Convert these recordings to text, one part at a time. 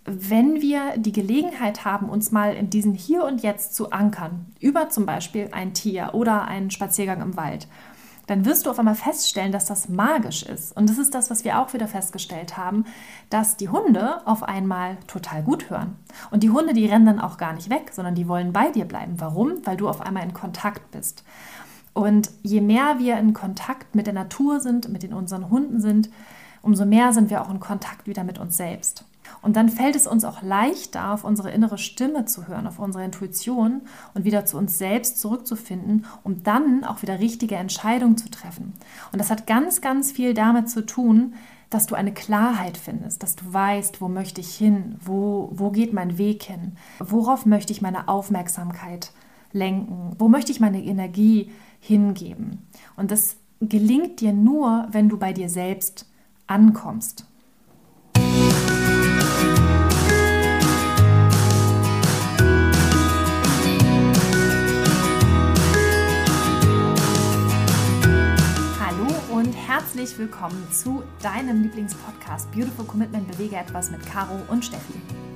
wenn wir die Gelegenheit haben, uns mal in diesen Hier und Jetzt zu ankern, über zum Beispiel ein Tier oder einen Spaziergang im Wald, dann wirst du auf einmal feststellen, dass das magisch ist. Und das ist das, was wir auch wieder festgestellt haben, dass die Hunde auf einmal total gut hören. Und die Hunde, die rennen dann auch gar nicht weg, sondern die wollen bei dir bleiben. Warum? Weil du auf einmal in Kontakt bist. Und je mehr wir in Kontakt mit der Natur sind, mit unseren Hunden sind, umso mehr sind wir auch in Kontakt wieder mit uns selbst. Und dann fällt es uns auch leichter, auf unsere innere Stimme zu hören, auf unsere Intuition und wieder zu uns selbst zurückzufinden, um dann auch wieder richtige Entscheidungen zu treffen. Und das hat ganz, ganz viel damit zu tun, dass du eine Klarheit findest, dass du weißt, wo möchte ich hin, wo geht mein Weg hin, worauf möchte ich meine Aufmerksamkeit lenken, wo möchte ich meine Energie hingeben. Und das gelingt dir nur, wenn du bei dir selbst ankommst. Herzlich willkommen zu deinem Lieblingspodcast Beautiful Commitment, bewege etwas mit Caro und Steffi.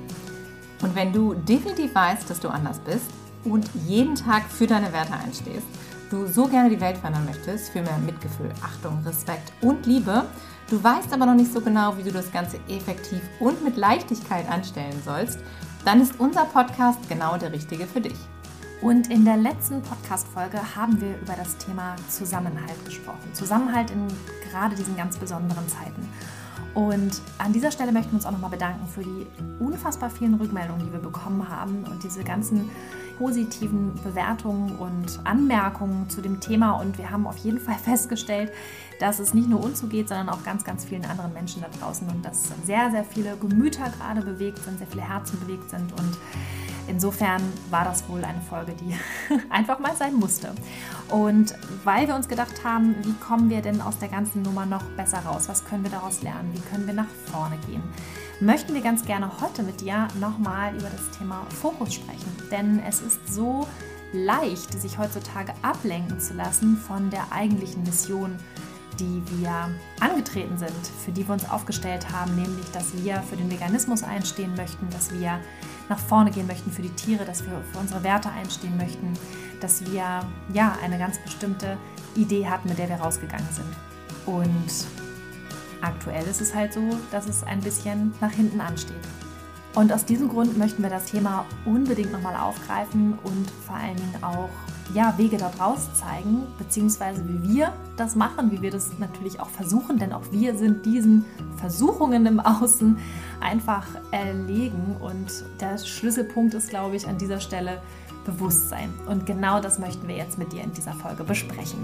Und wenn du definitiv weißt, dass du anders bist und jeden Tag für deine Werte einstehst, du so gerne die Welt verändern möchtest, für mehr Mitgefühl, Achtung, Respekt und Liebe, du weißt aber noch nicht so genau, wie du das Ganze effektiv und mit Leichtigkeit anstellen sollst, dann ist unser Podcast genau der richtige für dich. Und in der letzten Podcast-Folge haben wir über das Thema Zusammenhalt gesprochen. Zusammenhalt in gerade diesen ganz besonderen Zeiten. Und an dieser Stelle möchten wir uns auch nochmal bedanken für die unfassbar vielen Rückmeldungen, die wir bekommen haben und diese ganzen positiven Bewertungen und Anmerkungen zu dem Thema. Und wir haben auf jeden Fall festgestellt, dass es nicht nur uns so geht, sondern auch ganz, ganz vielen anderen Menschen da draußen und dass sehr, sehr viele Gemüter gerade bewegt sind, sehr viele Herzen bewegt sind und insofern war das wohl eine Folge, die einfach mal sein musste. Und weil wir uns gedacht haben, wie kommen wir denn aus der ganzen Nummer noch besser raus? Was können wir daraus lernen? Wie können wir nach vorne gehen? Möchten wir ganz gerne heute mit dir nochmal über das Thema Fokus sprechen. Denn es ist so leicht, sich heutzutage ablenken zu lassen von der eigentlichen Mission, die wir angetreten sind, für die wir uns aufgestellt haben, nämlich, dass wir für den Veganismus einstehen möchten, dass wir nach vorne gehen möchten für die Tiere, dass wir für unsere Werte einstehen möchten, dass wir eine ganz bestimmte Idee hatten, mit der wir rausgegangen sind. Und aktuell ist es halt so, dass es ein bisschen nach hinten ansteht. Und aus diesem Grund möchten wir das Thema unbedingt nochmal aufgreifen und vor allen Dingen auch Wege dort raus zeigen, beziehungsweise wie wir das machen, wie wir das natürlich auch versuchen, denn auch wir sind diesen Versuchungen im Außen einfach erlegen und der Schlüsselpunkt ist, glaube ich, an dieser Stelle Bewusstsein. Und genau das möchten wir jetzt mit dir in dieser Folge besprechen.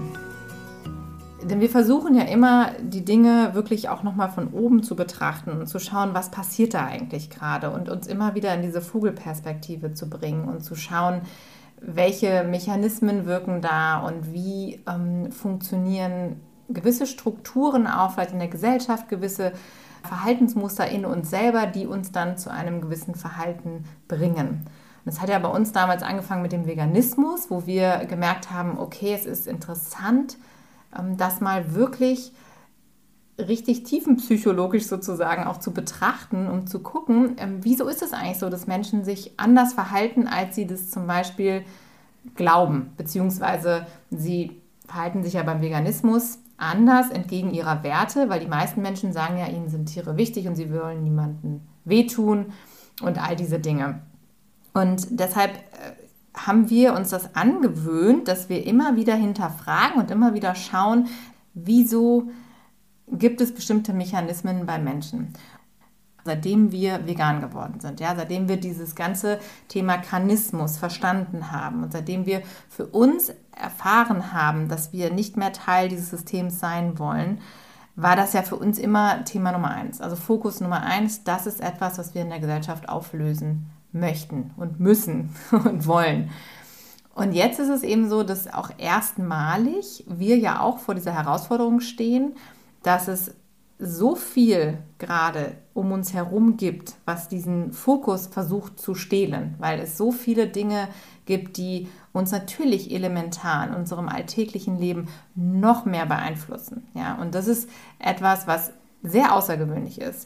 Denn wir versuchen ja immer, die Dinge wirklich auch nochmal von oben zu betrachten und zu schauen, was passiert da eigentlich gerade und uns immer wieder in diese Vogelperspektive zu bringen und zu schauen, welche Mechanismen wirken da und wie funktionieren gewisse Strukturen auch, vielleicht in der Gesellschaft, gewisse Verhaltensmuster in uns selber, die uns dann zu einem gewissen Verhalten bringen. Das hat ja bei uns damals angefangen mit dem Veganismus, wo wir gemerkt haben, okay, es ist interessant, das mal wirklich richtig tiefenpsychologisch sozusagen auch zu betrachten, um zu gucken, wieso ist es eigentlich so, dass Menschen sich anders verhalten, als sie das zum Beispiel glauben, beziehungsweise sie verhalten sich ja beim Veganismus anders entgegen ihrer Werte, weil die meisten Menschen sagen ja, ihnen sind Tiere wichtig und sie wollen niemandem wehtun und all diese Dinge. Und deshalb haben wir uns das angewöhnt, dass wir immer wieder hinterfragen und immer wieder schauen, wieso gibt es bestimmte Mechanismen bei Menschen. Seitdem wir vegan geworden sind, seitdem wir dieses ganze Thema Kranismus verstanden haben und seitdem wir für uns erfahren haben, dass wir nicht mehr Teil dieses Systems sein wollen, war das ja für uns immer Thema Nummer 1. Also Fokus Nummer 1, das ist etwas, was wir in der Gesellschaft auflösen möchten und müssen und wollen. Und jetzt ist es eben so, dass auch erstmalig wir ja auch vor dieser Herausforderung stehen, dass es so viel gerade um uns herum gibt, was diesen Fokus versucht zu stehlen, weil es so viele Dinge gibt, die uns natürlich elementar in unserem alltäglichen Leben noch mehr beeinflussen. Ja, und das ist etwas, was sehr außergewöhnlich ist.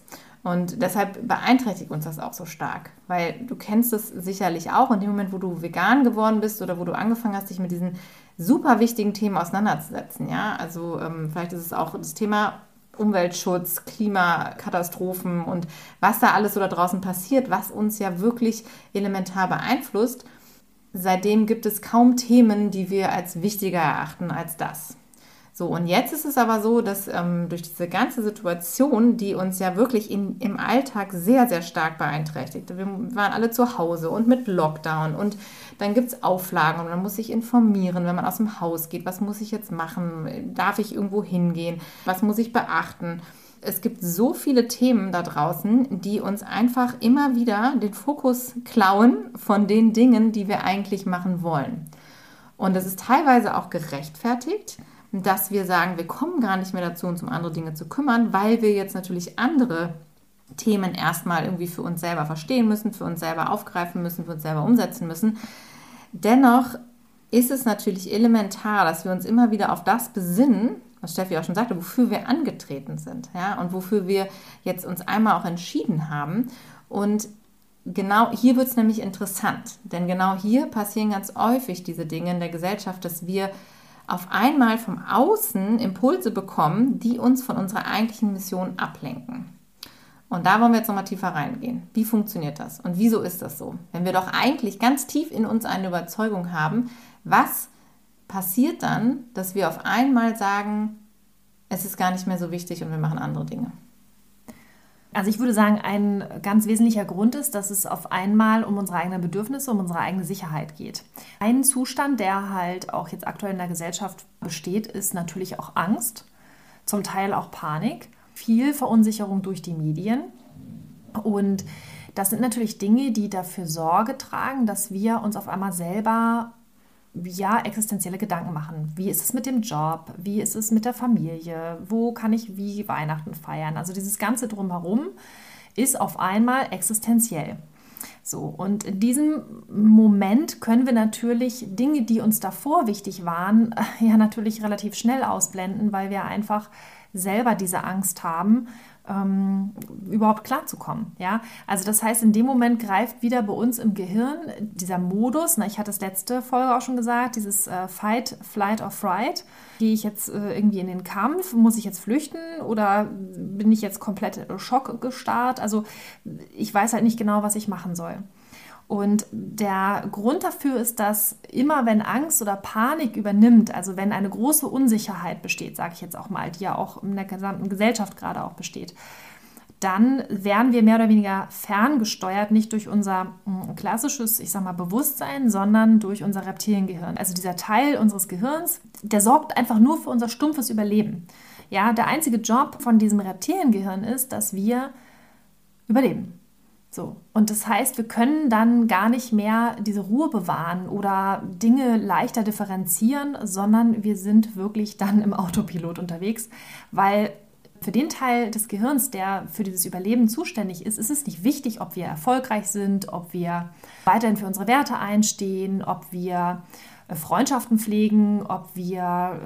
Und deshalb beeinträchtigt uns das auch so stark, weil du kennst es sicherlich auch in dem Moment, wo du vegan geworden bist oder wo du angefangen hast, dich mit diesen super wichtigen Themen auseinanderzusetzen. Ja? Also vielleicht ist es auch das Thema Umweltschutz, Klimakatastrophen und was da alles so da draußen passiert, was uns ja wirklich elementar beeinflusst. Seitdem gibt es kaum Themen, die wir als wichtiger erachten als das. So, und jetzt ist es aber so, dass durch diese ganze Situation, die uns ja wirklich im Alltag sehr, sehr stark beeinträchtigt. Wir waren alle zu Hause und mit Lockdown und dann gibt es Auflagen und man muss sich informieren, wenn man aus dem Haus geht. Was muss ich jetzt machen? Darf ich irgendwo hingehen? Was muss ich beachten? Es gibt so viele Themen da draußen, die uns einfach immer wieder den Fokus klauen von den Dingen, die wir eigentlich machen wollen. Und das ist teilweise auch gerechtfertigt, dass wir sagen, wir kommen gar nicht mehr dazu, uns um andere Dinge zu kümmern, weil wir jetzt natürlich andere Themen erstmal irgendwie für uns selber verstehen müssen, für uns selber aufgreifen müssen, für uns selber umsetzen müssen. Dennoch ist es natürlich elementar, dass wir uns immer wieder auf das besinnen, was Steffi auch schon sagte, wofür wir angetreten sind, ja, und wofür wir jetzt uns einmal auch entschieden haben. Und genau hier wird es nämlich interessant, denn genau hier passieren ganz häufig diese Dinge in der Gesellschaft, dass wir auf einmal vom Außen Impulse bekommen, die uns von unserer eigentlichen Mission ablenken. Und da wollen wir jetzt nochmal tiefer reingehen. Wie funktioniert das? Und wieso ist das so? Wenn wir doch eigentlich ganz tief in uns eine Überzeugung haben, was passiert dann, dass wir auf einmal sagen, es ist gar nicht mehr so wichtig und wir machen andere Dinge? Also ich würde sagen, ein ganz wesentlicher Grund ist, dass es auf einmal um unsere eigenen Bedürfnisse, um unsere eigene Sicherheit geht. Ein Zustand, der halt auch jetzt aktuell in der Gesellschaft besteht, ist natürlich auch Angst, zum Teil auch Panik, viel Verunsicherung durch die Medien. Und das sind natürlich Dinge, die dafür Sorge tragen, dass wir uns auf einmal selber existenzielle Gedanken machen. Wie ist es mit dem Job? Wie ist es mit der Familie? Wo kann ich wie Weihnachten feiern? Also dieses Ganze drumherum ist auf einmal existenziell. So, und in diesem Moment können wir natürlich Dinge, die uns davor wichtig waren, ja natürlich relativ schnell ausblenden, weil wir einfach selber diese Angst haben, überhaupt klarzukommen. Ja? Also das heißt, in dem Moment greift wieder bei uns im Gehirn dieser Modus, ich hatte es letzte Folge auch schon gesagt, dieses Fight, Flight or Fright. Gehe ich jetzt irgendwie in den Kampf? Muss ich jetzt flüchten oder bin ich jetzt komplett Schock gestarrt? Also ich weiß halt nicht genau, was ich machen soll. Und der Grund dafür ist, dass immer wenn Angst oder Panik übernimmt, also wenn eine große Unsicherheit besteht, sage ich jetzt auch mal, die ja auch in der gesamten Gesellschaft gerade auch besteht, dann werden wir mehr oder weniger ferngesteuert, nicht durch unser klassisches, Bewusstsein, sondern durch unser Reptiliengehirn. Also dieser Teil unseres Gehirns, der sorgt einfach nur für unser stumpfes Überleben. Ja, der einzige Job von diesem Reptiliengehirn ist, dass wir überleben. So. Und das heißt, wir können dann gar nicht mehr diese Ruhe bewahren oder Dinge leichter differenzieren, sondern wir sind wirklich dann im Autopilot unterwegs, weil für den Teil des Gehirns, der für dieses Überleben zuständig ist, ist es nicht wichtig, ob wir erfolgreich sind, ob wir weiterhin für unsere Werte einstehen, ob wir Freundschaften pflegen, ob wir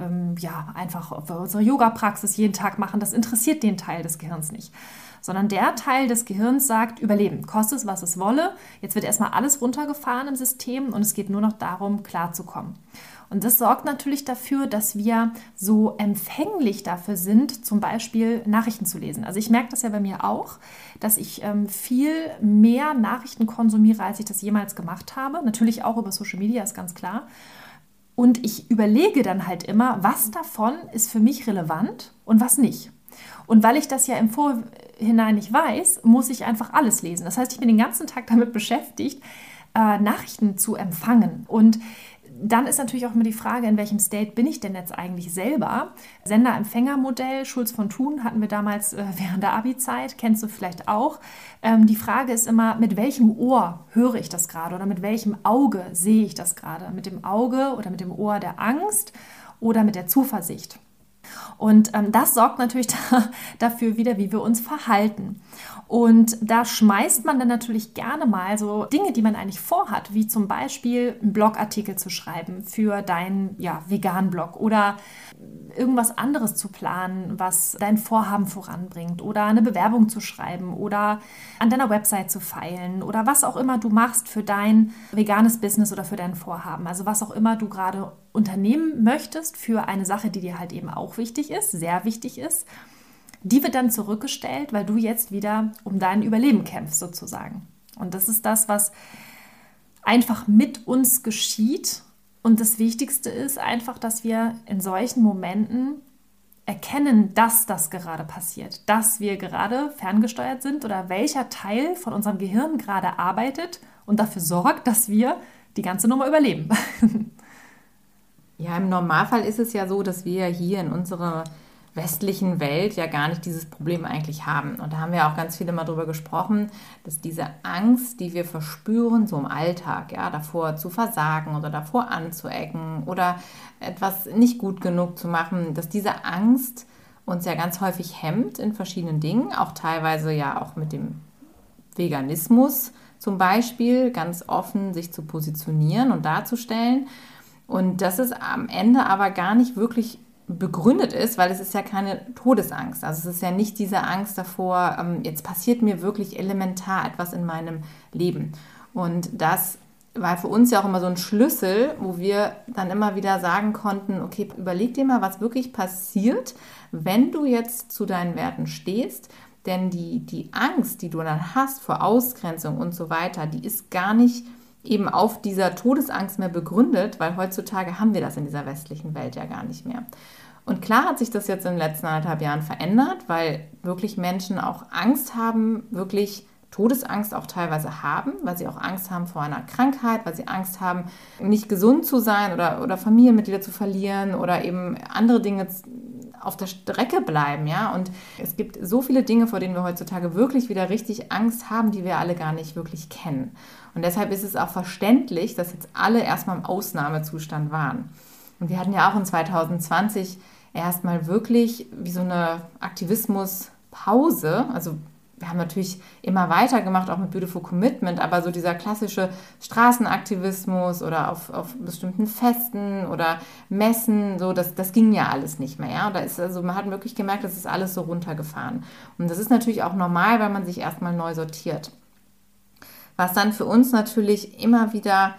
einfach unsere Yoga-Praxis jeden Tag machen. Das interessiert den Teil des Gehirns nicht. Sondern der Teil des Gehirns sagt, Überleben, koste es, was es wolle. Jetzt wird erstmal alles runtergefahren im System und es geht nur noch darum, klarzukommen. Und das sorgt natürlich dafür, dass wir so empfänglich dafür sind, zum Beispiel Nachrichten zu lesen. Also ich merke das ja bei mir auch, dass ich viel mehr Nachrichten konsumiere, als ich das jemals gemacht habe. Natürlich auch über Social Media, ist ganz klar. Und ich überlege dann halt immer, was davon ist für mich relevant und was nicht. Und weil ich das ja im Vorhinein nicht weiß, muss ich einfach alles lesen. Das heißt, ich bin den ganzen Tag damit beschäftigt, Nachrichten zu empfangen. Und dann ist natürlich auch immer die Frage, in welchem State bin ich denn jetzt eigentlich selber? Sender-Empfänger-Modell, Schulz von Thun hatten wir damals während der Abi-Zeit, kennst du vielleicht auch. Die Frage ist immer, mit welchem Ohr höre ich das gerade oder mit welchem Auge sehe ich das gerade? Mit dem Auge oder mit dem Ohr der Angst oder mit der Zuversicht? Und das sorgt natürlich dafür wieder, wie wir uns verhalten. Und da schmeißt man dann natürlich gerne mal so Dinge, die man eigentlich vorhat, wie zum Beispiel einen Blogartikel zu schreiben für deinen Vegan-Blog oder irgendwas anderes zu planen, was dein Vorhaben voranbringt oder eine Bewerbung zu schreiben oder an deiner Website zu feilen oder was auch immer du machst für dein veganes Business oder für dein Vorhaben. Also was auch immer du gerade unternehmen möchtest für eine Sache, die dir halt eben auch wichtig ist, sehr wichtig ist. Die wird dann zurückgestellt, weil du jetzt wieder um dein Überleben kämpfst sozusagen. Und das ist das, was einfach mit uns geschieht. Und das Wichtigste ist einfach, dass wir in solchen Momenten erkennen, dass das gerade passiert, dass wir gerade ferngesteuert sind oder welcher Teil von unserem Gehirn gerade arbeitet und dafür sorgt, dass wir die ganze Nummer überleben. Ja, im Normalfall ist es ja so, dass wir hier in unserer westlichen Welt ja gar nicht dieses Problem eigentlich haben. Und da haben wir auch ganz viele mal drüber gesprochen, dass diese Angst, die wir verspüren, so im Alltag, ja, davor zu versagen oder davor anzuecken oder etwas nicht gut genug zu machen, dass diese Angst uns ja ganz häufig hemmt in verschiedenen Dingen, auch teilweise ja auch mit dem Veganismus zum Beispiel, ganz offen sich zu positionieren und darzustellen. Und das ist am Ende aber gar nicht wirklich begründet ist, weil es ist ja keine Todesangst. Also es ist ja nicht diese Angst davor, jetzt passiert mir wirklich elementar etwas in meinem Leben. Und das war für uns ja auch immer so ein Schlüssel, wo wir dann immer wieder sagen konnten, okay, überleg dir mal, was wirklich passiert, wenn du jetzt zu deinen Werten stehst. Denn die Angst, die du dann hast vor Ausgrenzung und so weiter, die ist gar nicht eben auf dieser Todesangst mehr begründet, weil heutzutage haben wir das in dieser westlichen Welt ja gar nicht mehr. Und klar hat sich das jetzt in den letzten 1,5 Jahren verändert, weil wirklich Menschen auch Angst haben, wirklich Todesangst auch teilweise haben, weil sie auch Angst haben vor einer Krankheit, weil sie Angst haben, nicht gesund zu sein oder Familienmitglieder zu verlieren oder eben andere Dinge auf der Strecke bleiben, ja. Und es gibt so viele Dinge, vor denen wir heutzutage wirklich wieder richtig Angst haben, die wir alle gar nicht wirklich kennen. Und deshalb ist es auch verständlich, dass jetzt alle erstmal im Ausnahmezustand waren. Und wir hatten ja auch in 2020 erstmal wirklich wie so eine Aktivismuspause. Also wir haben natürlich immer weitergemacht, auch mit Beautiful Commitment, aber so dieser klassische Straßenaktivismus oder auf bestimmten Festen oder Messen, so das ging ja alles nicht mehr. Ja? Und man hat wirklich gemerkt, das ist alles so runtergefahren. Und das ist natürlich auch normal, weil man sich erstmal neu sortiert. Was dann für uns natürlich immer wieder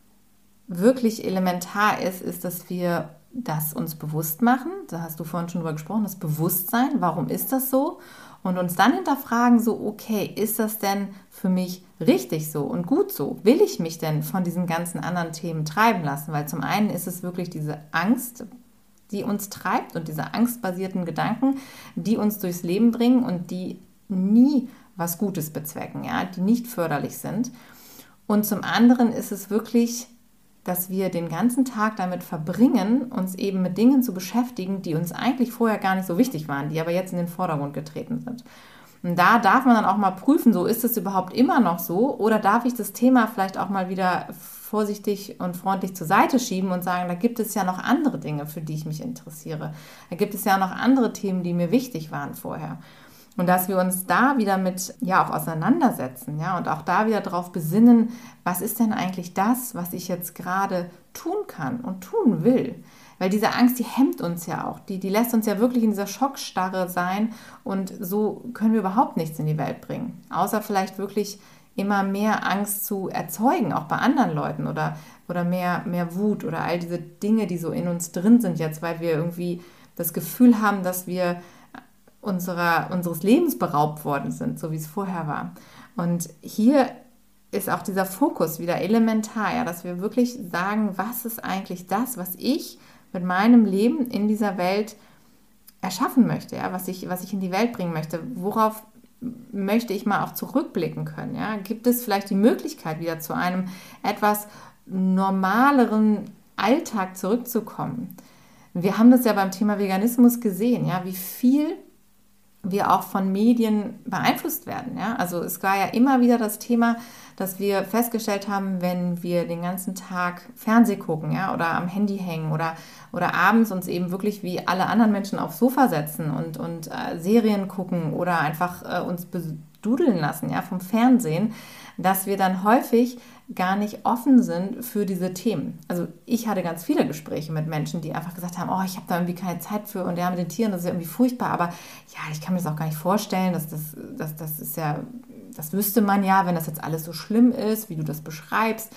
wirklich elementar ist, dass wir das uns bewusst machen. Da hast du vorhin schon drüber gesprochen, das Bewusstsein, warum ist das so? Und uns dann hinterfragen, so, okay, ist das denn für mich richtig so und gut so? Will ich mich denn von diesen ganzen anderen Themen treiben lassen? Weil zum einen ist es wirklich diese Angst, die uns treibt und diese angstbasierten Gedanken, die uns durchs Leben bringen und die nie was Gutes bezwecken, ja, die nicht förderlich sind. Und zum anderen ist es wirklich, dass wir den ganzen Tag damit verbringen, uns eben mit Dingen zu beschäftigen, die uns eigentlich vorher gar nicht so wichtig waren, die aber jetzt in den Vordergrund getreten sind. Und da darf man dann auch mal prüfen, so ist es überhaupt immer noch so oder darf ich das Thema vielleicht auch mal wieder vorsichtig und freundlich zur Seite schieben und sagen, da gibt es ja noch andere Dinge, für die ich mich interessiere. Da gibt es ja noch andere Themen, die mir wichtig waren vorher. Und dass wir uns da wieder mit, auch auseinandersetzen, und auch da wieder darauf besinnen, was ist denn eigentlich das, was ich jetzt gerade tun kann und tun will? Weil diese Angst, die hemmt uns ja auch, die lässt uns ja wirklich in dieser Schockstarre sein und so können wir überhaupt nichts in die Welt bringen. Außer vielleicht wirklich immer mehr Angst zu erzeugen, auch bei anderen Leuten oder mehr Wut oder all diese Dinge, die so in uns drin sind jetzt, weil wir irgendwie das Gefühl haben, dass wir unseres Lebens beraubt worden sind, so wie es vorher war. Und hier ist auch dieser Fokus wieder elementar, dass wir wirklich sagen, was ist eigentlich das, was ich mit meinem Leben in dieser Welt erschaffen möchte, was ich in die Welt bringen möchte, worauf möchte ich mal auch zurückblicken können. Ja? Gibt es vielleicht die Möglichkeit, wieder zu einem etwas normaleren Alltag zurückzukommen? Wir haben das ja beim Thema Veganismus gesehen, wie viel wir auch von Medien beeinflusst werden. Ja? Also es war ja immer wieder das Thema, dass wir festgestellt haben, wenn wir den ganzen Tag Fernsehen gucken, ja, oder am Handy hängen oder abends uns eben wirklich wie alle anderen Menschen aufs Sofa setzen und Serien gucken oder einfach uns bedudeln lassen, ja, vom Fernsehen, dass wir dann häufig gar nicht offen sind für diese Themen. Also ich hatte ganz viele Gespräche mit Menschen, die einfach gesagt haben, oh, ich habe da irgendwie keine Zeit für und ja, mit den Tieren, das ist ja irgendwie furchtbar, aber ja, ich kann mir das auch gar nicht vorstellen, das ist ja, das wüsste man ja, wenn das jetzt alles so schlimm ist, wie du das beschreibst.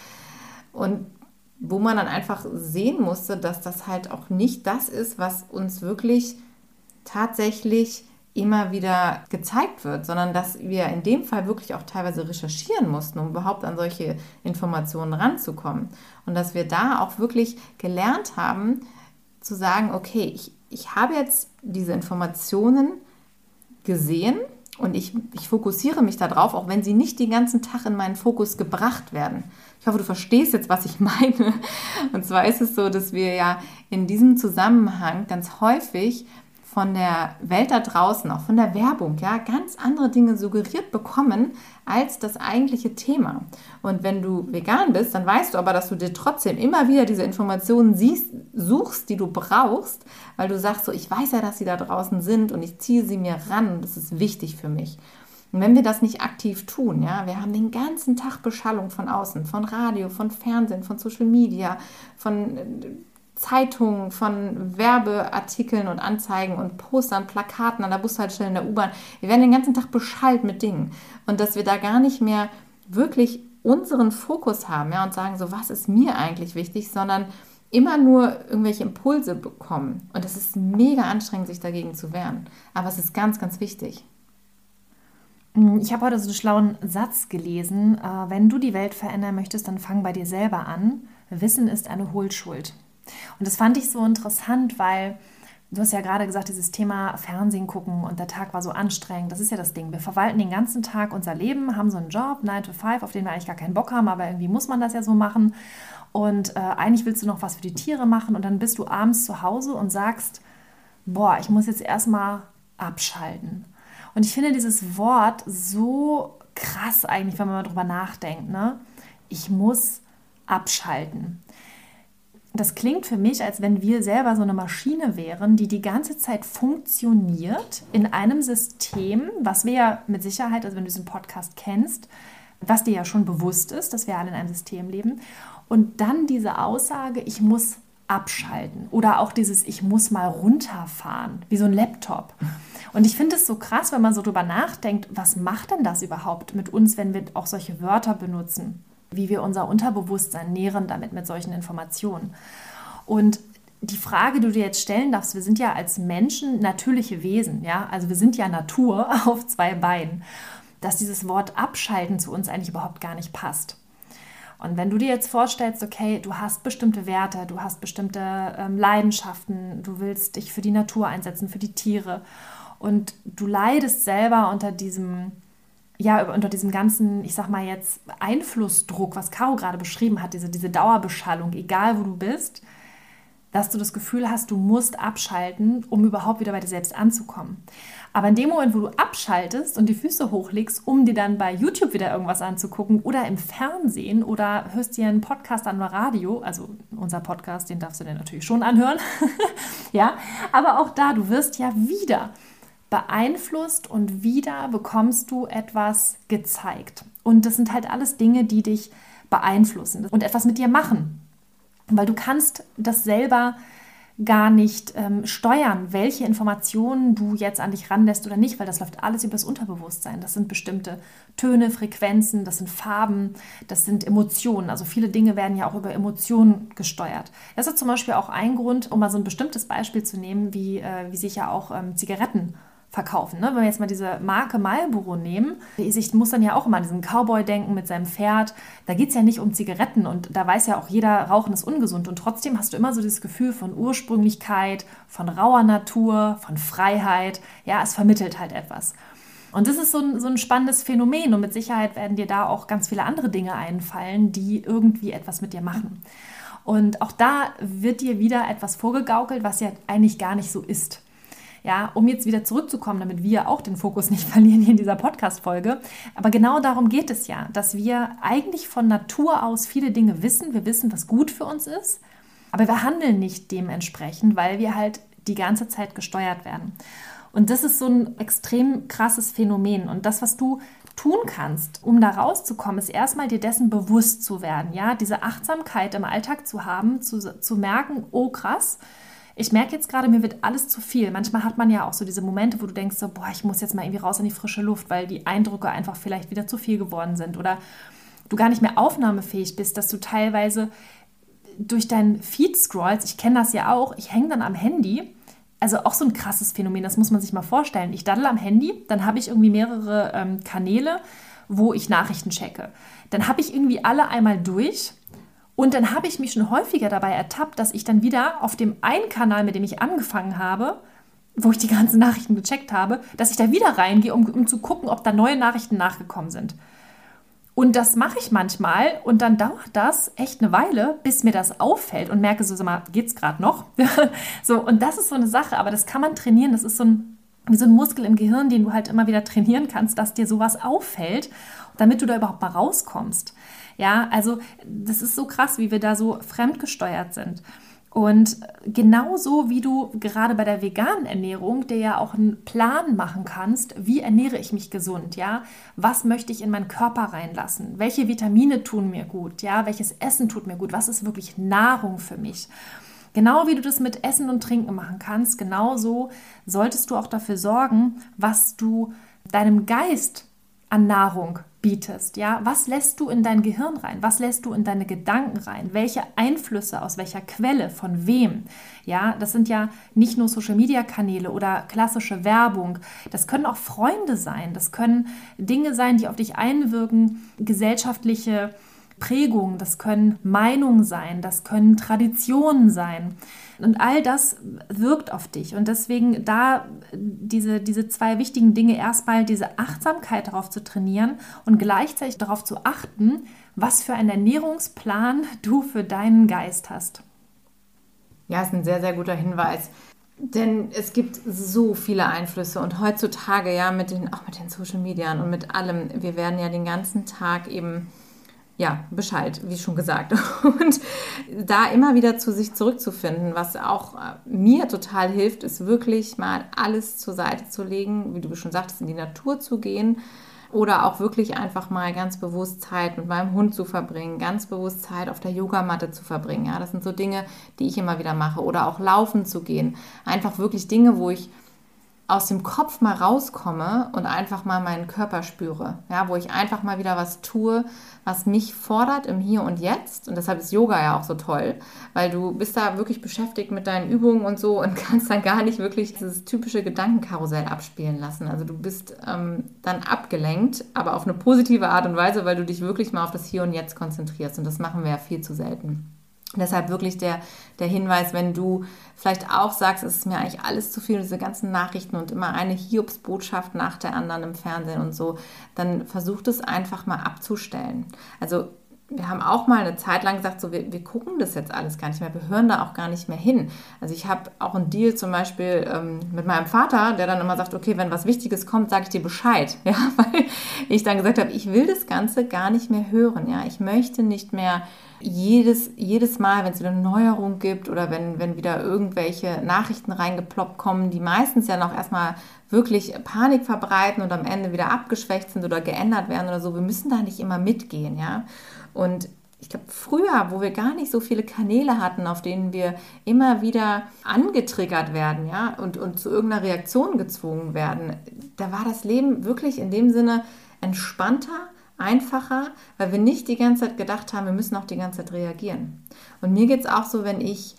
Und wo man dann einfach sehen musste, dass das halt auch nicht das ist, was uns wirklich tatsächlich immer wieder gezeigt wird, sondern dass wir in dem Fall wirklich auch teilweise recherchieren mussten, um überhaupt an solche Informationen ranzukommen. Und dass wir da auch wirklich gelernt haben, zu sagen, okay, ich habe jetzt diese Informationen gesehen und ich fokussiere mich darauf, auch wenn sie nicht den ganzen Tag in meinen Fokus gebracht werden. Ich hoffe, du verstehst jetzt, was ich meine. Und zwar ist es so, dass wir ja in diesem Zusammenhang ganz häufig von der Welt da draußen, auch von der Werbung, ja, ganz andere Dinge suggeriert bekommen als das eigentliche Thema. Und wenn du vegan bist, dann weißt du aber, dass du dir trotzdem immer wieder diese Informationen suchst, die du brauchst, weil du sagst so, ich weiß ja, dass sie da draußen sind und ich ziehe sie mir ran und das ist wichtig für mich. Und wenn wir das nicht aktiv tun, ja, wir haben den ganzen Tag Beschallung von außen, von Radio, von Fernsehen, von Social Media, von Zeitungen, von Werbeartikeln und Anzeigen und Postern, Plakaten an der Bushaltestelle, in der U-Bahn. Wir werden den ganzen Tag beschallt mit Dingen. Und dass wir da gar nicht mehr wirklich unseren Fokus haben, ja, und sagen so, was ist mir eigentlich wichtig, sondern immer nur irgendwelche Impulse bekommen. Und es ist mega anstrengend, sich dagegen zu wehren. Aber es ist ganz, ganz wichtig. Ich habe heute so einen schlauen Satz gelesen. Wenn du die Welt verändern möchtest, dann fang bei dir selber an. Wissen ist eine Hohlschuld. Und das fand ich so interessant, weil du hast ja gerade gesagt, dieses Thema Fernsehen gucken und der Tag war so anstrengend. Das ist ja das Ding. Wir verwalten den ganzen Tag unser Leben, haben so einen Job, 9 to 5, auf den wir eigentlich gar keinen Bock haben, aber irgendwie muss man das ja so machen. Und eigentlich willst du noch was für die Tiere machen und dann bist du abends zu Hause und sagst, boah, ich muss jetzt erstmal abschalten. Und ich finde dieses Wort so krass eigentlich, wenn man mal drüber nachdenkt, ne? Ich muss abschalten. Das klingt für mich, als wenn wir selber so eine Maschine wären, die die ganze Zeit funktioniert in einem System, was wir ja mit Sicherheit, also wenn du diesen Podcast kennst, was dir ja schon bewusst ist, dass wir alle in einem System leben. Und dann diese Aussage, ich muss abschalten oder auch dieses, ich muss mal runterfahren, wie so ein Laptop. Und ich finde es so krass, wenn man so drüber nachdenkt, was macht denn das überhaupt mit uns, wenn wir auch solche Wörter benutzen? Wie wir unser Unterbewusstsein nähren damit mit solchen Informationen. Und die Frage, die du dir jetzt stellen darfst, wir sind ja als Menschen natürliche Wesen, ja, also wir sind ja Natur auf 2 Beinen, dass dieses Wort abschalten zu uns eigentlich überhaupt gar nicht passt. Und wenn du dir jetzt vorstellst, okay, du hast bestimmte Werte, du hast bestimmte Leidenschaften, du willst dich für die Natur einsetzen, für die Tiere und du leidest selber unter diesem ganzen, ich sag mal jetzt, Einflussdruck, was Caro gerade beschrieben hat, diese Dauerbeschallung, egal wo du bist, dass du das Gefühl hast, du musst abschalten, um überhaupt wieder bei dir selbst anzukommen. Aber in dem Moment, wo du abschaltest und die Füße hochlegst, um dir dann bei YouTube wieder irgendwas anzugucken oder im Fernsehen oder hörst dir einen Podcast an oder Radio, also unser Podcast, den darfst du dir natürlich schon anhören, ja, aber auch da, du wirst ja wieder beeinflusst und wieder bekommst du etwas gezeigt. Und das sind halt alles Dinge, die dich beeinflussen und etwas mit dir machen. Weil du kannst das selber gar nicht steuern, welche Informationen du jetzt an dich ranlässt oder nicht, weil das läuft alles über das Unterbewusstsein. Das sind bestimmte Töne, Frequenzen, das sind Farben, das sind Emotionen. Also viele Dinge werden ja auch über Emotionen gesteuert. Das ist zum Beispiel auch ein Grund, um mal so ein bestimmtes Beispiel zu nehmen, wie sich ja auch Zigaretten verkaufen. Ne? Wenn wir jetzt mal diese Marke Marlboro nehmen, ich muss dann ja auch immer an diesen Cowboy denken mit seinem Pferd. Da geht es ja nicht um Zigaretten und da weiß ja auch jeder, Rauchen ist ungesund. Und trotzdem hast du immer so dieses Gefühl von Ursprünglichkeit, von rauer Natur, von Freiheit. Ja, es vermittelt halt etwas. Und das ist so ein spannendes Phänomen und mit Sicherheit werden dir da auch ganz viele andere Dinge einfallen, die irgendwie etwas mit dir machen. Und auch da wird dir wieder etwas vorgegaukelt, was ja eigentlich gar nicht so ist. Ja, um jetzt wieder zurückzukommen, damit wir auch den Fokus nicht verlieren hier in dieser Podcast-Folge. Aber genau darum geht es ja, dass wir eigentlich von Natur aus viele Dinge wissen. Wir wissen, was gut für uns ist, aber wir handeln nicht dementsprechend, weil wir halt die ganze Zeit gesteuert werden. Und das ist so ein extrem krasses Phänomen. Und das, was du tun kannst, um da rauszukommen, ist erstmal dir dessen bewusst zu werden. Ja, diese Achtsamkeit im Alltag zu haben, zu merken, oh krass, ich merke jetzt gerade, mir wird alles zu viel. Manchmal hat man ja auch so diese Momente, wo du denkst, so, boah, ich muss jetzt mal irgendwie raus in die frische Luft, weil die Eindrücke einfach vielleicht wieder zu viel geworden sind oder du gar nicht mehr aufnahmefähig bist, dass du teilweise durch deinen Feed scrollst. Ich kenne das ja auch. Ich hänge dann am Handy. Also auch so ein krasses Phänomen, das muss man sich mal vorstellen. Ich daddel am Handy, dann habe ich irgendwie mehrere Kanäle, wo ich Nachrichten checke. Dann habe ich irgendwie alle einmal durch. Und dann habe ich mich schon häufiger dabei ertappt, dass ich dann wieder auf dem einen Kanal, mit dem ich angefangen habe, wo ich die ganzen Nachrichten gecheckt habe, dass ich da wieder reingehe, um zu gucken, ob da neue Nachrichten nachgekommen sind. Und das mache ich manchmal und dann dauert das echt eine Weile, bis mir das auffällt und merke so, sag mal, geht's gerade noch? So, und das ist so eine Sache, aber das kann man trainieren. Das ist wie so ein Muskel im Gehirn, den du halt immer wieder trainieren kannst, dass dir sowas auffällt, damit du da überhaupt mal rauskommst. Ja, also das ist so krass, wie wir da so fremdgesteuert sind. Und genauso wie du gerade bei der veganen Ernährung dir ja auch einen Plan machen kannst, wie ernähre ich mich gesund, ja? Was möchte ich in meinen Körper reinlassen? Welche Vitamine tun mir gut, ja? Welches Essen tut mir gut? Was ist wirklich Nahrung für mich? Genau wie du das mit Essen und Trinken machen kannst, genauso solltest du auch dafür sorgen, was du deinem Geist an Nahrung bietest, ja? Was lässt du in dein Gehirn rein? Was lässt du in deine Gedanken rein? Welche Einflüsse, aus welcher Quelle, von wem? Ja, das sind ja nicht nur Social-Media-Kanäle oder klassische Werbung. Das können auch Freunde sein. Das können Dinge sein, die auf dich einwirken, gesellschaftliche Prägungen, das können Meinungen sein, das können Traditionen sein. Und all das wirkt auf dich. Und deswegen da diese zwei wichtigen Dinge, erstmal diese Achtsamkeit darauf zu trainieren und gleichzeitig darauf zu achten, was für einen Ernährungsplan du für deinen Geist hast. Ja, ist ein sehr, sehr guter Hinweis. Denn es gibt so viele Einflüsse und heutzutage ja auch mit den Social Media und mit allem, wir werden ja den ganzen Tag eben Bescheid, wie schon gesagt. Und da immer wieder zu sich zurückzufinden, was auch mir total hilft, ist wirklich mal alles zur Seite zu legen, wie du schon sagtest, in die Natur zu gehen oder auch wirklich einfach mal ganz bewusst Zeit mit meinem Hund zu verbringen, ganz bewusst Zeit auf der Yogamatte zu verbringen. Ja, das sind so Dinge, die ich immer wieder mache. Oder auch laufen zu gehen. Einfach wirklich Dinge, wo ich aus dem Kopf mal rauskomme und einfach mal meinen Körper spüre. Ja, wo ich einfach mal wieder was tue, was mich fordert im Hier und Jetzt. Und deshalb ist Yoga ja auch so toll, weil du bist da wirklich beschäftigt mit deinen Übungen und so und kannst dann gar nicht wirklich dieses typische Gedankenkarussell abspielen lassen. Also du bist dann abgelenkt, aber auf eine positive Art und Weise, weil du dich wirklich mal auf das Hier und Jetzt konzentrierst. Und das machen wir ja viel zu selten. Deshalb wirklich der Hinweis, wenn du vielleicht auch sagst, es ist mir eigentlich alles zu viel, diese ganzen Nachrichten und immer eine Hiobsbotschaft nach der anderen im Fernsehen und so, dann versuch das einfach mal abzustellen. Also wir haben auch mal eine Zeit lang gesagt, so, wir gucken das jetzt alles gar nicht mehr, wir hören da auch gar nicht mehr hin. Also ich habe auch einen Deal zum Beispiel mit meinem Vater, der dann immer sagt, okay, wenn was Wichtiges kommt, sage ich dir Bescheid. Ja, weil ich dann gesagt habe, ich will das Ganze gar nicht mehr hören. Ja, ich möchte nicht mehr jedes Mal, wenn es wieder eine Neuerung gibt oder wenn wieder irgendwelche Nachrichten reingeploppt kommen, die meistens ja noch erstmal wirklich Panik verbreiten und am Ende wieder abgeschwächt sind oder geändert werden oder so. Wir müssen da nicht immer mitgehen, ja. Und ich glaube, früher, wo wir gar nicht so viele Kanäle hatten, auf denen wir immer wieder angetriggert werden, ja, und zu irgendeiner Reaktion gezwungen werden, da war das Leben wirklich in dem Sinne entspannter, einfacher, weil wir nicht die ganze Zeit gedacht haben, wir müssen auch die ganze Zeit reagieren. Und mir geht es auch so, wenn ich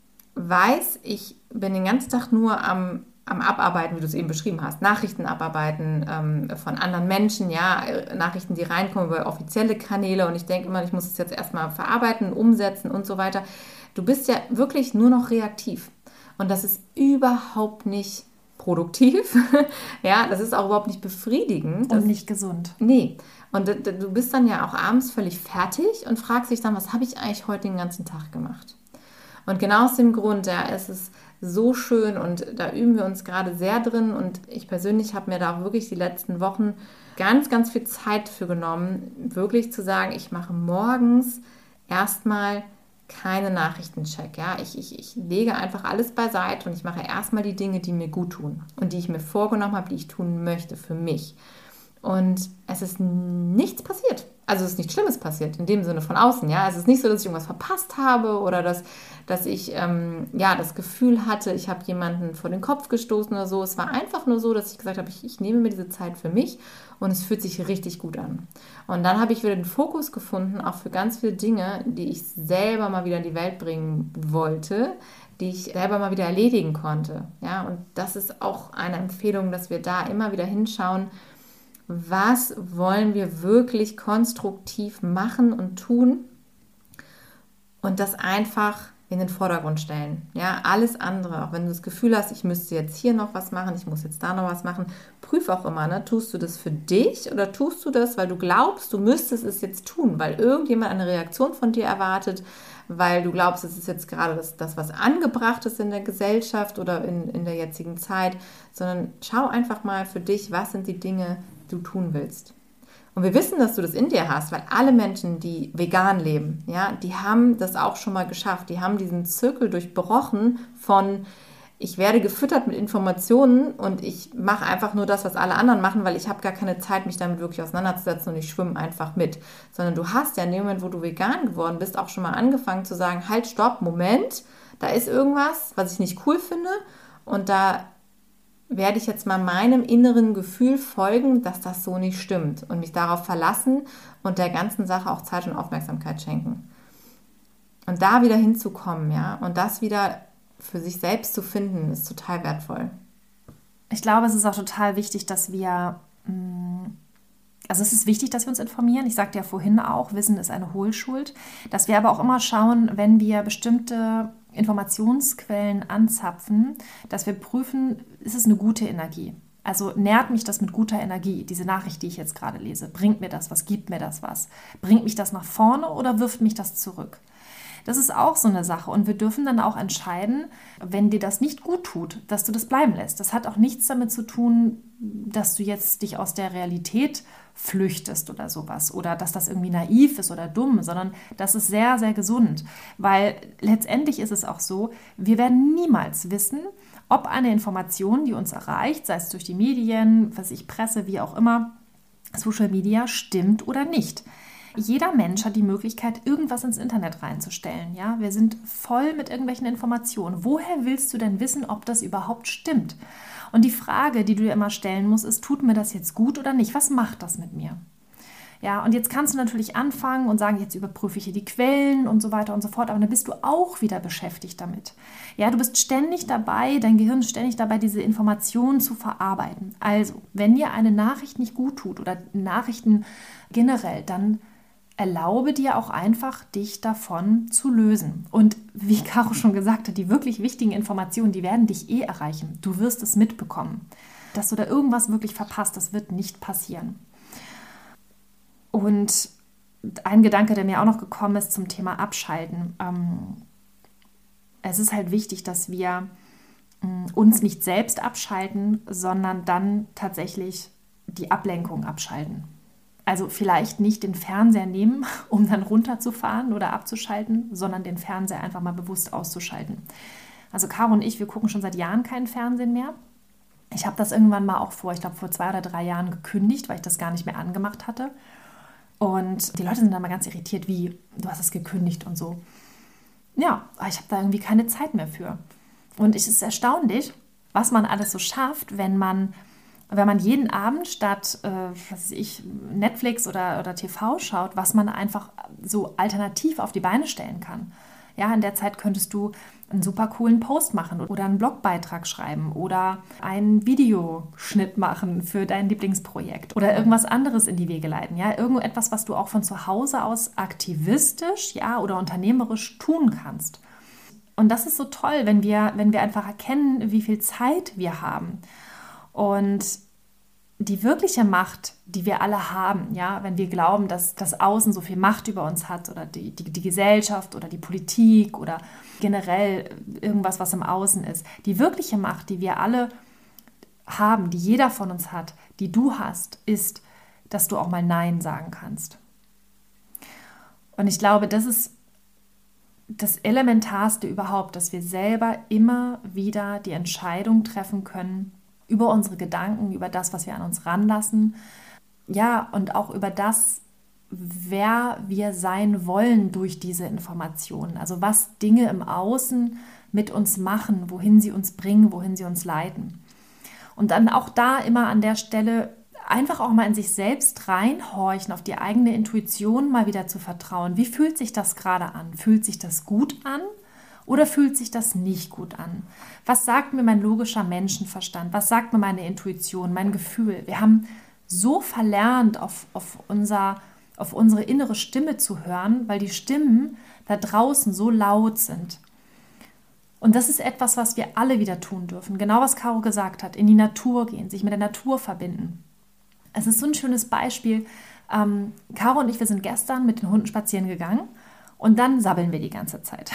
weiß, ich bin den ganzen Tag nur am Abarbeiten, wie du es eben beschrieben hast, Nachrichten abarbeiten von anderen Menschen, ja, Nachrichten, die reinkommen über offizielle Kanäle und ich denke immer, ich muss es jetzt erstmal verarbeiten, umsetzen und so weiter. Du bist ja wirklich nur noch reaktiv und das ist überhaupt nicht produktiv, ja, das ist auch überhaupt nicht befriedigend. Und nicht gesund. Nee, und du bist dann ja auch abends völlig fertig und fragst dich dann, was habe ich eigentlich heute den ganzen Tag gemacht? Und genau aus dem Grund, ja, ist es so schön und da üben wir uns gerade sehr drin und ich persönlich habe mir da auch wirklich die letzten Wochen ganz, ganz viel Zeit für genommen, wirklich zu sagen, ich mache morgens erstmal keine Nachrichtencheck. Ja? Ich lege einfach alles beiseite und ich mache erstmal die Dinge, die mir gut tun und die ich mir vorgenommen habe, die ich tun möchte für mich. Und es ist nichts passiert. Also es ist nichts Schlimmes passiert, in dem Sinne von außen. Ja? Es ist nicht so, dass ich irgendwas verpasst habe oder dass ich das Gefühl hatte, ich habe jemanden vor den Kopf gestoßen oder so. Es war einfach nur so, dass ich gesagt habe, ich nehme mir diese Zeit für mich und es fühlt sich richtig gut an. Und dann habe ich wieder den Fokus gefunden, auch für ganz viele Dinge, die ich selber mal wieder in die Welt bringen wollte, die ich selber mal wieder erledigen konnte. Ja? Und das ist auch eine Empfehlung, dass wir da immer wieder hinschauen, was wollen wir wirklich konstruktiv machen und tun und das einfach in den Vordergrund stellen. Ja, alles andere, auch wenn du das Gefühl hast, ich müsste jetzt hier noch was machen, ich muss jetzt da noch was machen, prüf auch immer, ne? Tust du das für dich oder tust du das, weil du glaubst, du müsstest es jetzt tun, weil irgendjemand eine Reaktion von dir erwartet, weil du glaubst, es ist jetzt gerade das was angebracht ist in der Gesellschaft oder in der jetzigen Zeit, sondern schau einfach mal für dich, was sind die Dinge, du tun willst. Und wir wissen, dass du das in dir hast, weil alle Menschen, die vegan leben, ja, die haben das auch schon mal geschafft. Die haben diesen Zirkel durchbrochen von, ich werde gefüttert mit Informationen und ich mache einfach nur das, was alle anderen machen, weil ich habe gar keine Zeit, mich damit wirklich auseinanderzusetzen und ich schwimme einfach mit. Sondern du hast ja in dem Moment, wo du vegan geworden bist, auch schon mal angefangen zu sagen, halt, stopp, Moment, da ist irgendwas, was ich nicht cool finde und da werde ich jetzt mal meinem inneren Gefühl folgen, dass das so nicht stimmt und mich darauf verlassen und der ganzen Sache auch Zeit und Aufmerksamkeit schenken. Und da wieder hinzukommen, ja, und das wieder für sich selbst zu finden, ist total wertvoll. Ich glaube, es ist auch total wichtig, dass wir, also es ist wichtig, dass wir uns informieren. Ich sagte ja vorhin auch, Wissen ist eine Hohlschuld. Dass wir aber auch immer schauen, wenn wir bestimmte Informationsquellen anzapfen, dass wir prüfen, ist es eine gute Energie? Also nährt mich das mit guter Energie, diese Nachricht, die ich jetzt gerade lese? Bringt mir das was? Gibt mir das was? Bringt mich das nach vorne oder wirft mich das zurück? Das ist auch so eine Sache und wir dürfen dann auch entscheiden, wenn dir das nicht gut tut, dass du das bleiben lässt. Das hat auch nichts damit zu tun, dass du jetzt dich aus der Realität flüchtest oder sowas oder dass das irgendwie naiv ist oder dumm, sondern das ist sehr, sehr gesund, weil letztendlich ist es auch so, wir werden niemals wissen, ob eine Information, die uns erreicht, sei es durch die Medien, Presse, wie auch immer, Social Media, stimmt oder nicht. Jeder Mensch hat die Möglichkeit, irgendwas ins Internet reinzustellen. Ja? Wir sind voll mit irgendwelchen Informationen. Woher willst du denn wissen, ob das überhaupt stimmt? Und die Frage, die du dir immer stellen musst, ist, tut mir das jetzt gut oder nicht? Was macht das mit mir? Ja, und jetzt kannst du natürlich anfangen und sagen, jetzt überprüfe ich hier die Quellen und so weiter und so fort, aber dann bist du auch wieder beschäftigt damit. Ja, du bist ständig dabei, dein Gehirn ist ständig dabei, diese Informationen zu verarbeiten. Also, wenn dir eine Nachricht nicht gut tut oder Nachrichten generell, dann erlaube dir auch einfach, dich davon zu lösen. Und wie Caro schon gesagt hat, die wirklich wichtigen Informationen, die werden dich erreichen. Du wirst es mitbekommen. Dass du da irgendwas wirklich verpasst, das wird nicht passieren. Und ein Gedanke, der mir auch noch gekommen ist zum Thema Abschalten. Es ist halt wichtig, dass wir uns nicht selbst abschalten, sondern dann tatsächlich die Ablenkung abschalten. Also vielleicht nicht den Fernseher nehmen, um dann runterzufahren oder abzuschalten, sondern den Fernseher einfach mal bewusst auszuschalten. Also Caro und ich, wir gucken schon seit Jahren keinen Fernsehen mehr. Ich habe das irgendwann mal auch vor 2 oder 3 Jahren gekündigt, weil ich das gar nicht mehr angemacht hatte. Und die Leute sind dann mal ganz irritiert, wie, du hast es gekündigt und so. Ja, aber ich habe da irgendwie keine Zeit mehr für. Und es ist erstaunlich, was man alles so schafft, wenn man jeden Abend statt Netflix oder TV schaut, was man einfach so alternativ auf die Beine stellen kann. Ja, in der Zeit könntest du einen super coolen Post machen oder einen Blogbeitrag schreiben oder einen Videoschnitt machen für dein Lieblingsprojekt oder irgendwas anderes in die Wege leiten. Ja, irgendetwas, was du auch von zu Hause aus aktivistisch, ja, oder unternehmerisch tun kannst. Und das ist so toll, wenn wir einfach erkennen, wie viel Zeit wir haben. Und die wirkliche Macht, die wir alle haben, ja, wenn wir glauben, dass das Außen so viel Macht über uns hat oder die Gesellschaft oder die Politik oder generell irgendwas, was im Außen ist, die wirkliche Macht, die wir alle haben, die jeder von uns hat, die du hast, ist, dass du auch mal Nein sagen kannst. Und ich glaube, das ist das Elementarste überhaupt, dass wir selber immer wieder die Entscheidung treffen können über unsere Gedanken, über das, was wir an uns ranlassen, ja, und auch über das, wer wir sein wollen durch diese Informationen. Also was Dinge im Außen mit uns machen, wohin sie uns bringen, wohin sie uns leiten. Und dann auch da immer an der Stelle einfach auch mal in sich selbst reinhorchen, auf die eigene Intuition mal wieder zu vertrauen. Wie fühlt sich das gerade an? Fühlt sich das gut an oder fühlt sich das nicht gut an? Was sagt mir mein logischer Menschenverstand? Was sagt mir meine Intuition, mein Gefühl? Wir haben so verlernt, auf unsere innere Stimme zu hören, weil die Stimmen da draußen so laut sind. Und das ist etwas, was wir alle wieder tun dürfen. Genau was Caro gesagt hat, in die Natur gehen, sich mit der Natur verbinden. Es ist so ein schönes Beispiel. Caro und ich, wir sind gestern mit den Hunden spazieren gegangen und dann sabbeln wir die ganze Zeit.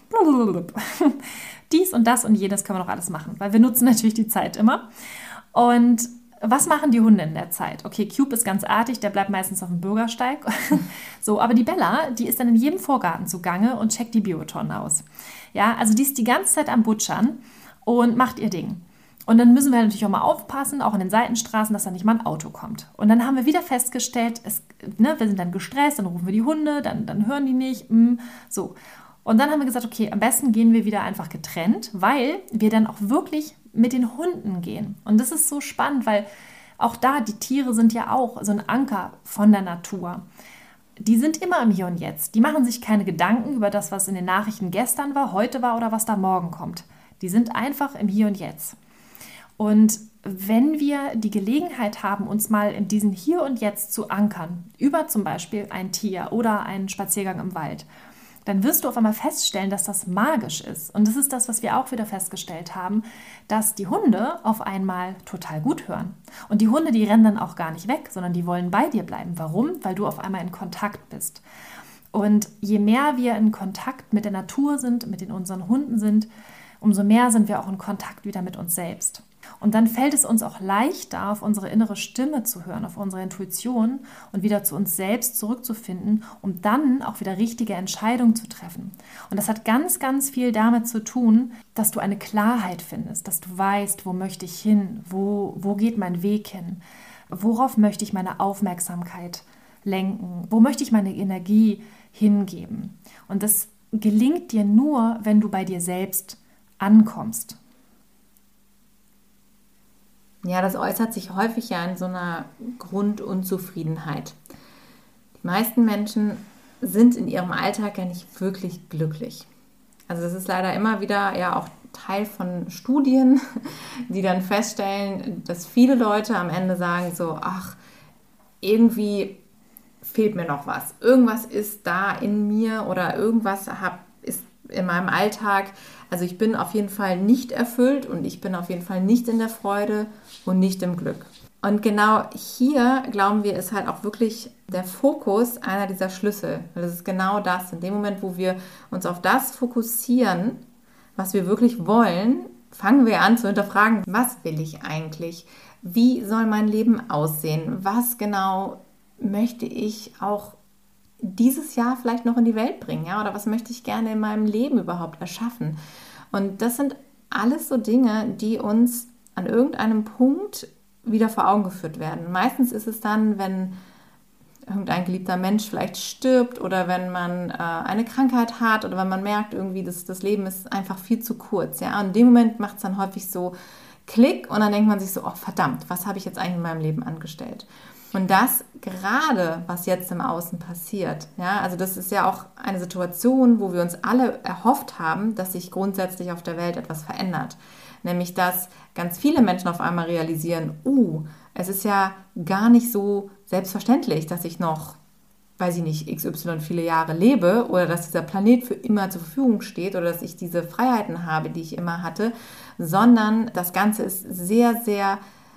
Dies und das und jenes können wir noch alles machen, weil wir nutzen natürlich die Zeit immer. Und was machen die Hunde in der Zeit? Okay, Cube ist ganz artig, der bleibt meistens auf dem Bürgersteig. So, aber die Bella, die ist dann in jedem Vorgarten zugange und checkt die Biotonnen aus. Ja, also die ist die ganze Zeit am Butschern und macht ihr Ding. Und dann müssen wir natürlich auch mal aufpassen, auch in den Seitenstraßen, dass da nicht mal ein Auto kommt. Und dann haben wir wieder festgestellt, wir sind dann gestresst, dann rufen wir die Hunde, dann hören die nicht. So. Und dann haben wir gesagt, okay, am besten gehen wir wieder einfach getrennt, weil wir dann auch wirklich mit den Hunden gehen. Und das ist so spannend, weil auch da, die Tiere sind ja auch so ein Anker von der Natur. Die sind immer im Hier und Jetzt. Die machen sich keine Gedanken über das, was in den Nachrichten gestern war, heute war oder was da morgen kommt. Die sind einfach im Hier und Jetzt. Und wenn wir die Gelegenheit haben, uns mal in diesen Hier und Jetzt zu ankern, über zum Beispiel ein Tier oder einen Spaziergang im Wald, dann wirst du auf einmal feststellen, dass das magisch ist. Und das ist das, was wir auch wieder festgestellt haben, dass die Hunde auf einmal total gut hören. Und die Hunde, die rennen dann auch gar nicht weg, sondern die wollen bei dir bleiben. Warum? Weil du auf einmal in Kontakt bist. Und je mehr wir in Kontakt mit der Natur sind, mit unseren Hunden sind, umso mehr sind wir auch in Kontakt wieder mit uns selbst. Und dann fällt es uns auch leichter, auf unsere innere Stimme zu hören, auf unsere Intuition und wieder zu uns selbst zurückzufinden, um dann auch wieder richtige Entscheidungen zu treffen. Und das hat ganz, ganz viel damit zu tun, dass du eine Klarheit findest, dass du weißt, wo möchte ich hin, wo geht mein Weg hin, worauf möchte ich meine Aufmerksamkeit lenken, wo möchte ich meine Energie hingeben. Und das gelingt dir nur, wenn du bei dir selbst ankommst. Ja, das äußert sich häufig ja in so einer Grundunzufriedenheit. Die meisten Menschen sind in ihrem Alltag ja nicht wirklich glücklich. Also das ist leider immer wieder ja auch Teil von Studien, die dann feststellen, dass viele Leute am Ende sagen so, ach, irgendwie fehlt mir noch was. Irgendwas ist da in mir oder irgendwas ist in meinem Alltag. Also ich bin auf jeden Fall nicht erfüllt und ich bin auf jeden Fall nicht in der Freude und nicht im Glück. Und genau hier, glauben wir, ist halt auch wirklich der Fokus einer dieser Schlüssel. Das ist genau das. In dem Moment, wo wir uns auf das fokussieren, was wir wirklich wollen, fangen wir an zu hinterfragen, was will ich eigentlich? Wie soll mein Leben aussehen? Was genau möchte ich auch dieses Jahr vielleicht noch in die Welt bringen? Ja? Oder was möchte ich gerne in meinem Leben überhaupt erschaffen? Und das sind alles so Dinge, die uns an irgendeinem Punkt wieder vor Augen geführt werden. Meistens ist es dann, wenn irgendein geliebter Mensch vielleicht stirbt oder wenn man eine Krankheit hat oder wenn man merkt, irgendwie, das Leben ist einfach viel zu kurz. Ja? Und in dem Moment macht es dann häufig so Klick und dann denkt man sich so, oh verdammt, was habe ich jetzt eigentlich in meinem Leben angestellt? Und das gerade, was jetzt im Außen passiert, ja, also das ist ja auch eine Situation, wo wir uns alle erhofft haben, dass sich grundsätzlich auf der Welt etwas verändert. Nämlich, dass ganz viele Menschen auf einmal realisieren, es ist ja gar nicht so selbstverständlich, dass ich noch, weiß ich nicht, XY viele Jahre lebe oder dass dieser Planet für immer zur Verfügung steht oder dass ich diese Freiheiten habe, die ich immer hatte, sondern das Ganze ist sehr, sehr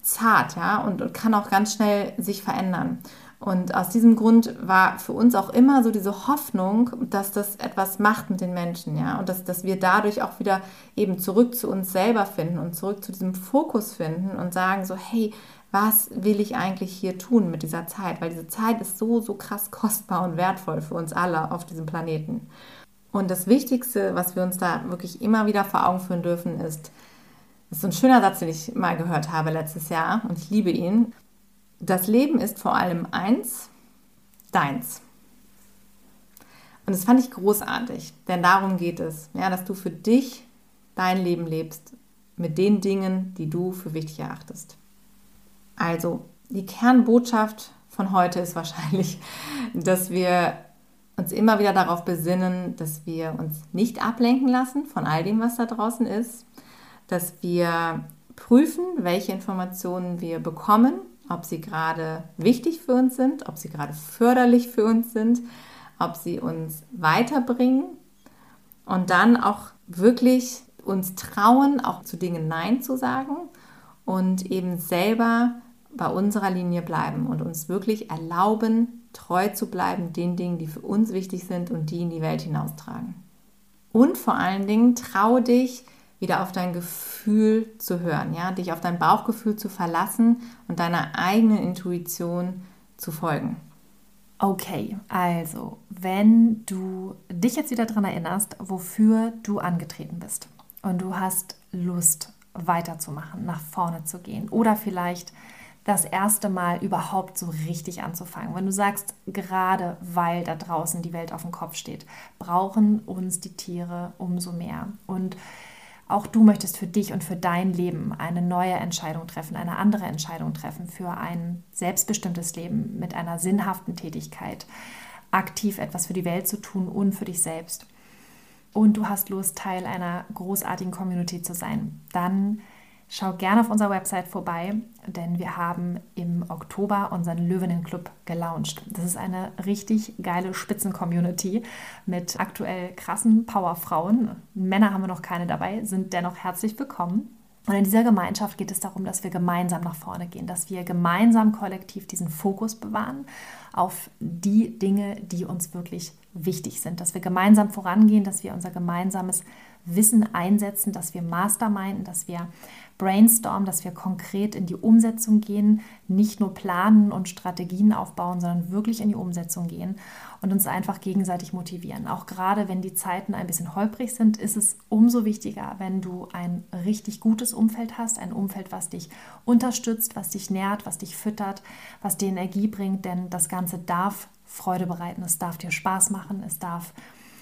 zart, ja, und kann auch ganz schnell sich verändern. Und aus diesem Grund war für uns auch immer so diese Hoffnung, dass das etwas macht mit den Menschen, ja, und dass wir dadurch auch wieder eben zurück zu uns selber finden und zurück zu diesem Fokus finden und sagen so, hey, was will ich eigentlich hier tun mit dieser Zeit? Weil diese Zeit ist so, so krass kostbar und wertvoll für uns alle auf diesem Planeten. Und das Wichtigste, was wir uns da wirklich immer wieder vor Augen führen dürfen, ist so ein schöner Satz, den ich mal gehört habe letztes Jahr und ich liebe ihn. Das Leben ist vor allem eins, deins. Und das fand ich großartig, denn darum geht es, ja, dass du für dich dein Leben lebst mit den Dingen, die du für wichtig erachtest. Also die Kernbotschaft von heute ist wahrscheinlich, dass wir uns immer wieder darauf besinnen, dass wir uns nicht ablenken lassen von all dem, was da draußen ist, dass wir prüfen, welche Informationen wir bekommen, ob sie gerade wichtig für uns sind, ob sie gerade förderlich für uns sind, ob sie uns weiterbringen und dann auch wirklich uns trauen, auch zu Dingen Nein zu sagen und eben selber bei unserer Linie bleiben und uns wirklich erlauben, treu zu bleiben den Dingen, die für uns wichtig sind und die in die Welt hinaustragen. Und vor allen Dingen traue dich, wieder auf dein Gefühl zu hören, ja, dich auf dein Bauchgefühl zu verlassen und deiner eigenen Intuition zu folgen. Okay, also wenn du dich jetzt wieder daran erinnerst, wofür du angetreten bist und du hast Lust weiterzumachen, nach vorne zu gehen oder vielleicht das erste Mal überhaupt so richtig anzufangen. Wenn du sagst, gerade weil da draußen die Welt auf dem Kopf steht, brauchen uns die Tiere umso mehr. Und auch du möchtest für dich und für dein Leben eine neue Entscheidung treffen, eine andere Entscheidung treffen für ein selbstbestimmtes Leben mit einer sinnhaften Tätigkeit, aktiv etwas für die Welt zu tun und für dich selbst. Und du hast Lust, Teil einer großartigen Community zu sein. Dann schau gerne auf unserer Website vorbei, denn wir haben im Oktober unseren Löwinnen-Club gelauncht. Das ist eine richtig geile Spitzen-Community mit aktuell krassen Powerfrauen. Männer haben wir noch keine dabei, sind dennoch herzlich willkommen. Und in dieser Gemeinschaft geht es darum, dass wir gemeinsam nach vorne gehen, dass wir gemeinsam kollektiv diesen Fokus bewahren auf die Dinge, die uns wirklich wichtig sind, dass wir gemeinsam vorangehen, dass wir unser gemeinsames Wissen einsetzen, dass wir masterminden, dass wir brainstormen, dass wir konkret in die Umsetzung gehen, nicht nur planen und Strategien aufbauen, sondern wirklich in die Umsetzung gehen und uns einfach gegenseitig motivieren. Auch gerade wenn die Zeiten ein bisschen holprig sind, ist es umso wichtiger, wenn du ein richtig gutes Umfeld hast, ein Umfeld, was dich unterstützt, was dich nährt, was dich füttert, was dir Energie bringt, denn das Ganze darf Freude bereiten, es darf dir Spaß machen, es darf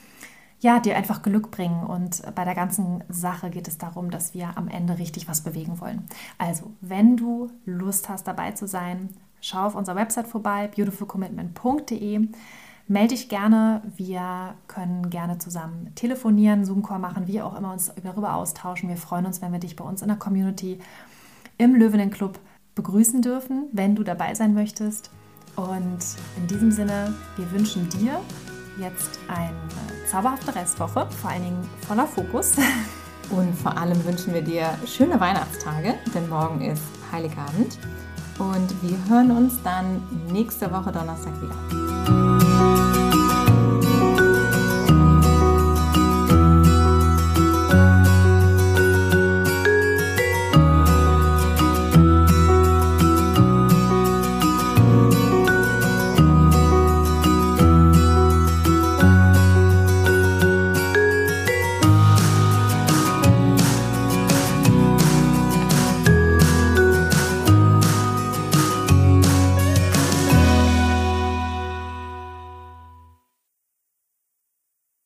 dir einfach Glück bringen und bei der ganzen Sache geht es darum, dass wir am Ende richtig was bewegen wollen. Also, wenn du Lust hast, dabei zu sein, schau auf unserer Website vorbei, beautifulcommitment.de. Melde dich gerne, wir können gerne zusammen telefonieren, Zoom-Call machen, wie auch immer uns darüber austauschen. Wir freuen uns, wenn wir dich bei uns in der Community im Löwinnen-Club begrüßen dürfen, wenn du dabei sein möchtest. Und in diesem Sinne, wir wünschen dir jetzt eine zauberhafte Restwoche, vor allen Dingen voller Fokus. Und vor allem wünschen wir dir schöne Weihnachtstage, denn morgen ist Heiligabend. Und wir hören uns dann nächste Woche Donnerstag wieder.